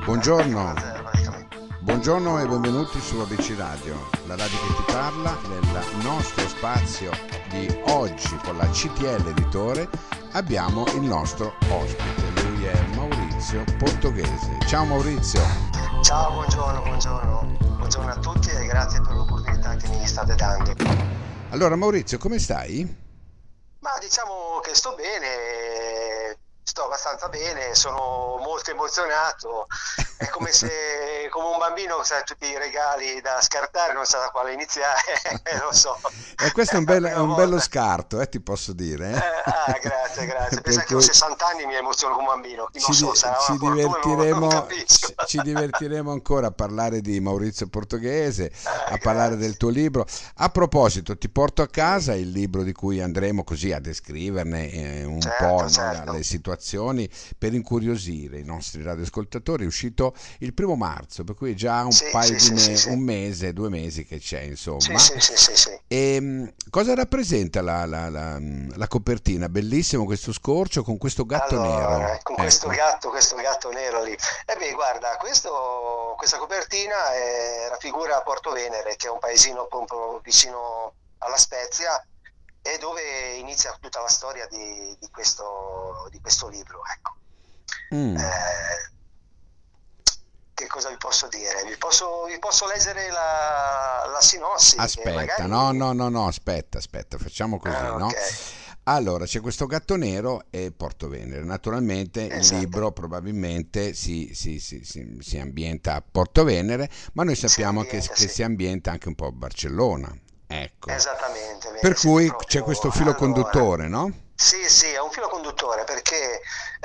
Buongiorno, 1-0 praticamente. buongiorno e benvenuti su ABC Radio, la radio che ti parla. Nel nostro spazio di oggi con la CTL Editore abbiamo il nostro ospite, lui è Maurizio Portoghese. Ciao Maurizio. Ciao, buongiorno, buongiorno. Buongiorno a tutti e grazie per l'opportunità che mi state dando. Allora Maurizio, come stai? Ma diciamo che sto bene, sto abbastanza bene, sono molto emozionato. È come un bambino che ha tutti i regali da scartare, non sa da quale iniziare, lo so. E questo È la è prima un bello volta. scarto, ti posso dire. Grazie, grazie. Per Pensa che ho cui 60 anni e mi emoziono come un bambino. Non so, sarà una ci fortuna, non divertiremo, capisco. ci divertiremo ancora a parlare di Maurizio Portoghese, a parlare del Grazie. tuo libro. A proposito, ti porto a casa il libro di cui andremo così a descriverne un po', Certo, no, certo. le situazioni per incuriosire i nostri radioascoltatori. È uscito il 1° marzo, per cui è già un Sì, paio sì, di sì, sì, sì. un mese, 2 mesi che c'è, Sì, insomma. sì, sì, sì, sì. E cosa rappresenta la copertina? Bellissimo questo scorcio con questo gatto nero. Allora, con Ecco. questo gatto nero lì. E beh, guarda, questa copertina raffigura Porto Venere, che è un paesino proprio vicino alla Spezia, e dove inizia tutta la storia di questo libro, ecco. Mm. Eh, che cosa vi posso dire? Vi posso leggere la sinossi, che Aspetta, no, magari... no, no, no, aspetta, facciamo così, Ah, ok, no? Allora, c'è questo gatto nero e Porto Venere. Naturalmente il esatto. libro probabilmente si ambienta a Porto Venere, ma noi Si sappiamo ambienta, che sì. si ambienta anche un po' a Barcellona. Ecco. Esattamente, Per bene, siete cui c'è questo proprio... filo Allora, conduttore, no? sì, sì, è un filo conduttore perché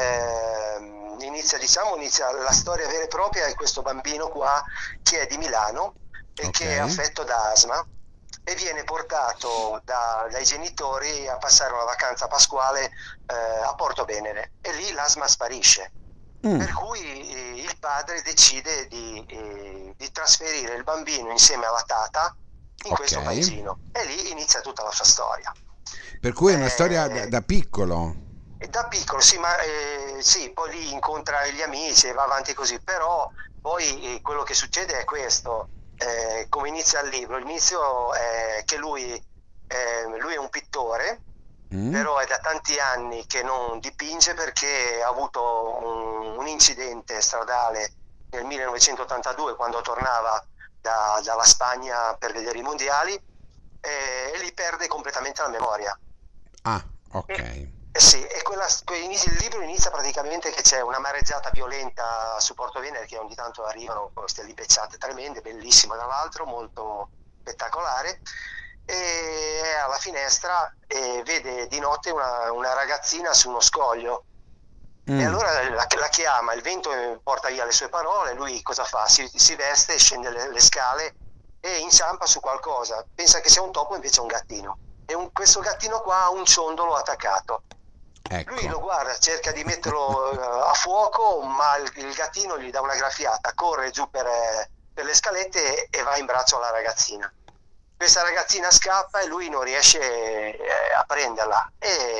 inizia la storia vera e propria di questo bambino qua che è di Milano e Ok, che è affetto da asma e viene portato dai genitori a passare una vacanza pasquale a Porto Venere e lì l'asma sparisce. mm, Per cui il padre decide di trasferire il bambino insieme alla tata in ok. questo paesino e lì inizia tutta la sua storia. Per cui è una storia Eh, da piccolo. e da piccolo, sì, ma sì, poi lì incontra gli amici e va avanti così, però poi quello che succede è questo, come inizia il libro, l'inizio è che lui è un pittore, Mm? però è da tanti anni che non dipinge perché ha avuto un incidente stradale nel 1982 quando tornava dalla Spagna per vedere i mondiali e lì perde completamente la memoria. Ah, ok. Sì, e il libro inizia praticamente che c'è una mareggiata violenta su Porto Venere che ogni tanto arrivano queste libecciate tremende, bellissima dall'altro, molto spettacolare, e è alla finestra e vede di notte una ragazzina su uno scoglio e Mm, allora la chiama, il vento porta via le sue parole, lui cosa fa? Si veste, scende le scale e inciampa su qualcosa, pensa che sia un topo invece è un gattino e questo gattino qua ha un ciondolo attaccato. Lui ecco. lo guarda, cerca di metterlo a fuoco, ma il gattino gli dà una graffiata, corre giù per le scalette e va in braccio alla ragazzina. Questa ragazzina scappa e lui non riesce a prenderla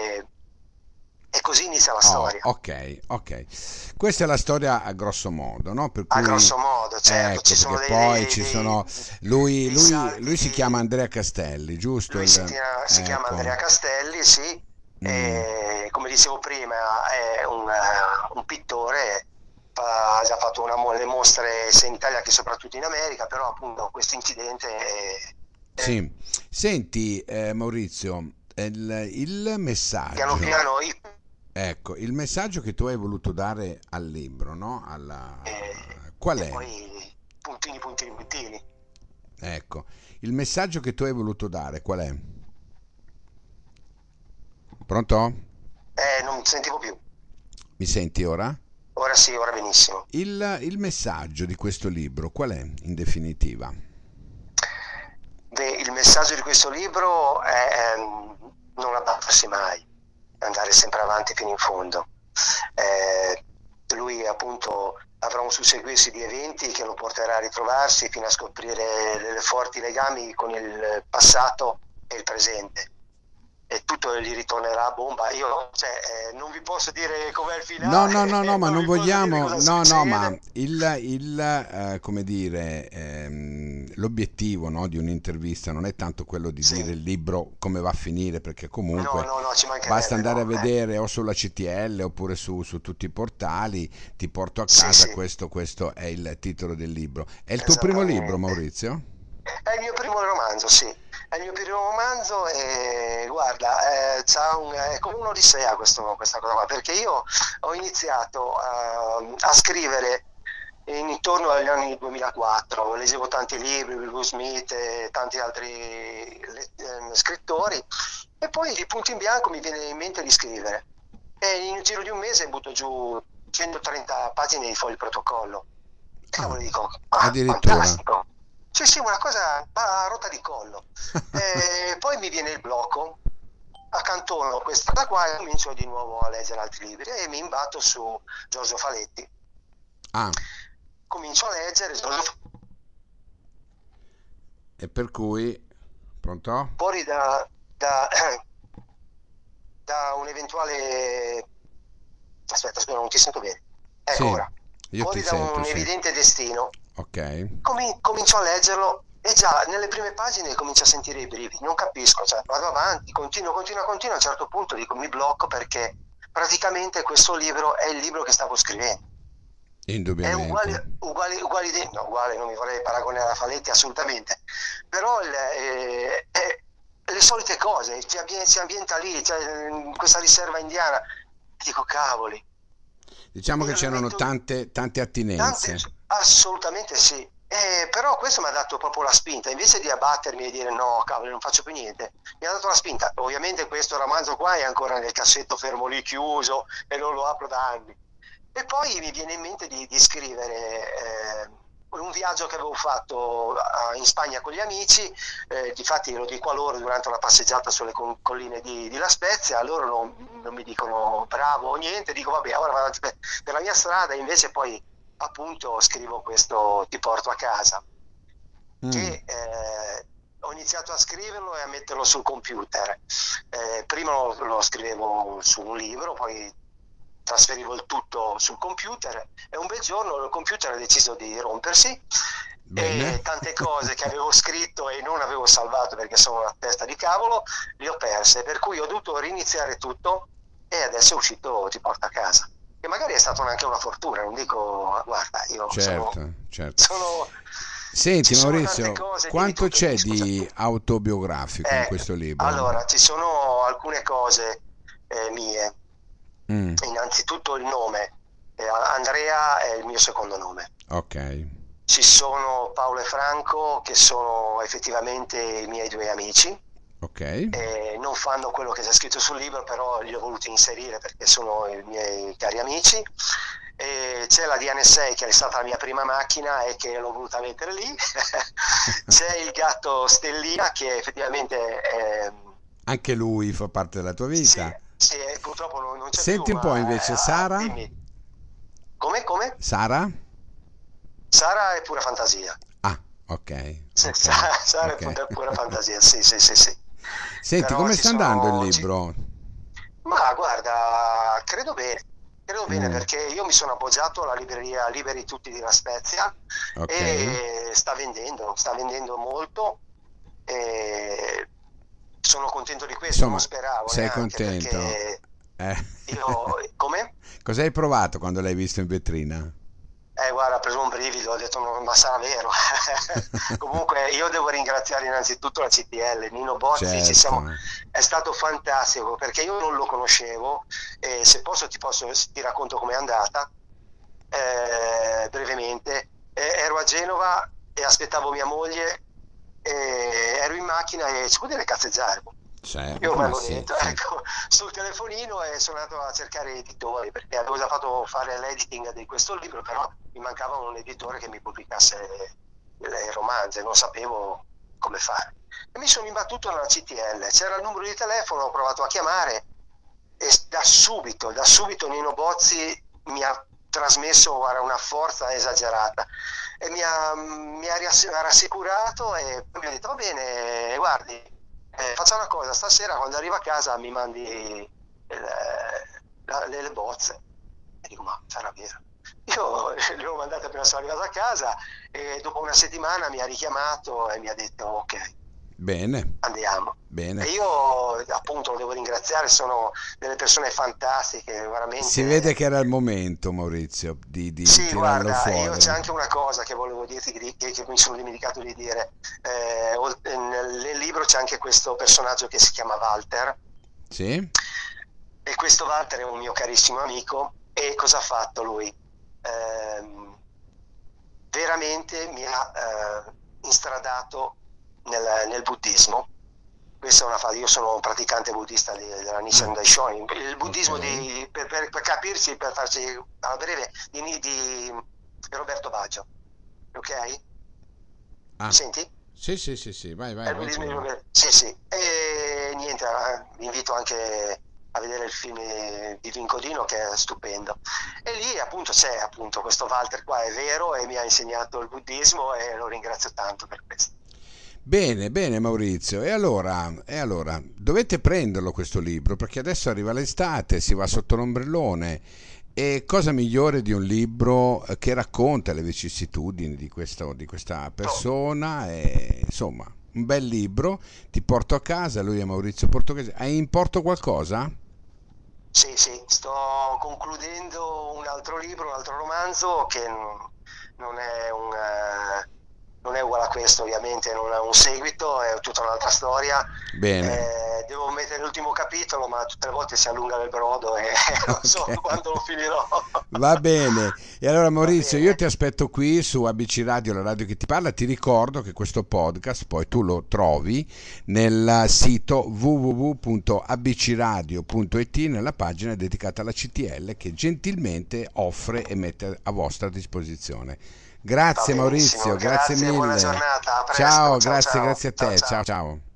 e così inizia la Oh, storia. ok, ok. Questa è la storia a grosso modo, no? Per A cui, grosso modo, certo, ci ecco, sono perché poi ci sono... dei salti Lui si chiama di... Andrea Castelli, giusto? Si chiama Ecco. Andrea Castelli, sì, Mm. e, come dicevo prima è un pittore, ha già fatto le mostre sia in Italia che soprattutto in America, però appunto questo incidente Sì. Senti, Maurizio, il piano messaggio, piano ecco, il messaggio che tu hai voluto dare al libro, no? Qual e è? poi puntini, puntini, puntini. Ecco, il messaggio che tu hai voluto dare, qual è? Pronto? Non sentivo più. Mi senti ora? Ora sì, ora benissimo. Il messaggio di questo libro qual è, in definitiva? Beh, il messaggio di questo libro è non abbattersi mai, andare sempre avanti fino in fondo. Eh, Lui appunto avrà un susseguirsi di eventi che lo porterà a ritrovarsi fino a scoprire delle forti legami con il passato e il presente. e tutto gli ritornerà a bomba. Io, cioè, non vi posso dire com'è il No, finale, no, no, no, ma non non vi posso dire vogliamo, cosa no, no, ma succede. come dire, l'obiettivo, no, di un'intervista non è tanto quello di Sì, dire il libro come va a finire, perché no, comunque no, no, ci basta mancherebbe, andare a no. vedere o sulla CTL oppure su tutti i portali, ti porto a Sì, casa, sì, questo è il titolo del libro. È il tuo primo libro, esattamente. Maurizio? È il mio primo romanzo, sì. È il mio primo romanzo e guarda, è come un'odissea questa cosa qua, perché io ho iniziato a scrivere intorno agli anni 2004, leggevo tanti libri, Will Smith e tanti altri scrittori, e poi di punto in bianco mi viene in mente di scrivere. E in un giro di un mese butto giù 130 pagine di fogli protocollo. Ah, Cavolo, dico, ah, addirittura. fantastico. Sì, sì, una cosa a rotta di collo. Poi mi viene il blocco, accantono questa da qua e comincio di nuovo a leggere altri libri e mi imbatto su Giorgio Faletti. Ah, Comincio a leggere Giorgio e per cui, pronto? fuori da, da un eventuale... Aspetta, scusa, non ti sento bene. Ecco Sì, ora. io ti Fuori da sento, un sì. evidente destino, Ok. comincio a leggerlo e già nelle prime pagine comincio a sentire i brividi, non capisco, cioè vado avanti, continuo, a un certo punto dico mi blocco perché praticamente questo libro è il libro che stavo scrivendo. È Indubbiamente. no, uguale, non mi vorrei paragonare a Faletti assolutamente, però le solite cose, si ambienta lì, cioè, in questa riserva indiana, e dico cavoli, Diciamo che c'erano metto tante tante, attinenze. assolutamente sì. Però questo mi ha dato proprio la spinta, invece di abbattermi e dire no, cavolo, non faccio più niente, mi ha dato la spinta. Ovviamente questo romanzo qua è ancora nel cassetto fermo lì chiuso e non lo apro da anni. E poi mi viene in mente di scrivere un viaggio che avevo fatto in Spagna con gli amici, difatti lo dico a loro durante una passeggiata sulle colline di La Spezia, loro non mi dicono bravo o niente, dico vabbè, ora vado avanti per la mia strada, invece poi appunto scrivo questo Ti porto a casa, Mm, che ho iniziato a scriverlo e a metterlo sul computer. Prima lo scrivevo su un libro, poi trasferivo il tutto sul computer e un bel giorno il computer ha deciso di rompersi bene. e tante cose che avevo scritto e non avevo salvato perché sono una testa di cavolo, le ho perse, per cui ho dovuto riniziare tutto e adesso è uscito Ti porta a casa. Che magari è stata anche una fortuna, non dico, guarda, io Certo, certo. sono ci Senti sono tante Maurizio, cose, dimmi quanto tutto, dimmi, c'è scusa. di autobiografico in questo libro? Allora, ci sono alcune cose mie. Mm, Innanzitutto il nome, Andrea è il mio secondo nome. ok, Ci sono Paolo e Franco che sono effettivamente i miei due amici, ok. non fanno quello che c'è scritto sul libro, però li ho voluti inserire perché sono i miei cari amici. E c'è la DN6 che è stata la mia prima macchina e che l'ho voluta mettere lì. C'è il gatto Stellina che effettivamente Anche lui fa parte della tua sì, vita. sì, purtroppo non c'è più, Senti un po' ma invece, Sara? dimmi. Come? Sara? Sara è pura fantasia. Ah, ok, Sì, ok, Sara è ok. pura fantasia, sì, sì, sì, sì. Senti, Però come ci sta andando il sono... libro? Ma guarda, credo bene Mm, perché io mi sono appoggiato alla libreria Liberi Tutti di La Spezia ok. e sta vendendo molto e sono contento di questo, non Insomma, speravo sei neanche contento? perché Eh. io... Come? Cosa hai provato quando l'hai visto in vetrina? Guarda, ho preso un brivido, ho detto ma sarà vero. Comunque io devo ringraziare innanzitutto la CTL, Nino Bozzi, Certo. è stato fantastico perché io non lo conoscevo e se posso ti racconto com'è andata brevemente. Ero a Genova e aspettavo mia moglie, ero in macchina e si può dire cazzeggiare. Io Ma rimango sì, dentro, sì. ecco, sul telefonino e sono andato a cercare editori perché avevo già fatto fare l'editing di questo libro, però mi mancava un editore che mi pubblicasse le romanze, non sapevo come fare. E mi sono imbattuto nella CTL, c'era il numero di telefono, ho provato a chiamare e da subito Nino Bozzi mi ha trasmesso guarda, una forza esagerata e mi ha rassicurato e poi mi ha detto va bene, guardi, faccia una cosa, stasera quando arriva a casa mi mandi le bozze. E dico, ma sarà vero? Io le ho mandate appena sono arrivato a casa e dopo una settimana mi ha richiamato e mi ha detto ok, Bene, andiamo. bene. E io appunto lo devo ringraziare, sono delle persone fantastiche, Si vede veramente. che era il momento, Maurizio, di Sì, tirarlo guarda, io c'è fuori. anche una cosa che volevo dirti che mi sono dimenticato di dire. Nel libro c'è anche questo personaggio che si chiama Walter, Sì? e questo Walter è un mio carissimo amico. E cosa ha fatto lui? Ehm, Veramente mi ha instradato nel buddismo. Questa è una fase, io sono un praticante buddista della Ah, Nichiren Daishonin. Il ok. buddismo, per capirsi, per farci a breve, di Roberto Baggio, ok? Mi Ah, senti? sì, sì, sì, sì, vai, È vai, il vai buddismo di pure. Roberto. Sì, sì. E niente, vi invito anche a vedere il film di Vincodino che è stupendo. E lì appunto c'è appunto questo Walter qua, è vero, e mi ha insegnato il buddismo e lo ringrazio tanto per questo. Bene, bene Maurizio, e allora, dovete prenderlo questo libro perché adesso arriva l'estate, si va sotto l'ombrellone e cosa migliore di un libro che racconta le vicissitudini di questa To- persona e insomma, un bel libro, ti porto a casa, lui è Maurizio Portoghese, hai in porto qualcosa? Sì, sì, sto concludendo un altro libro, un altro romanzo che non è non è uguale a questo, ovviamente, non ha un seguito, è tutta un'altra storia. Bene, Devo mettere l'ultimo capitolo, ma tutte le volte si allunga il brodo e non so ok. quando lo finirò. Va bene. E allora Va Maurizio, io bene? ti aspetto qui su ABC Radio, la radio che ti parla. Ti ricordo che questo podcast poi tu lo trovi nel sito www.abcradio.it nella pagina dedicata alla CTL che gentilmente offre e mette a vostra disposizione. Va Grazie benissimo, Maurizio, grazie grazie, buona mille. giornata, a presto, Ciao, ciao grazie, ciao, grazie a ciao te. Ciao, ciao. ciao.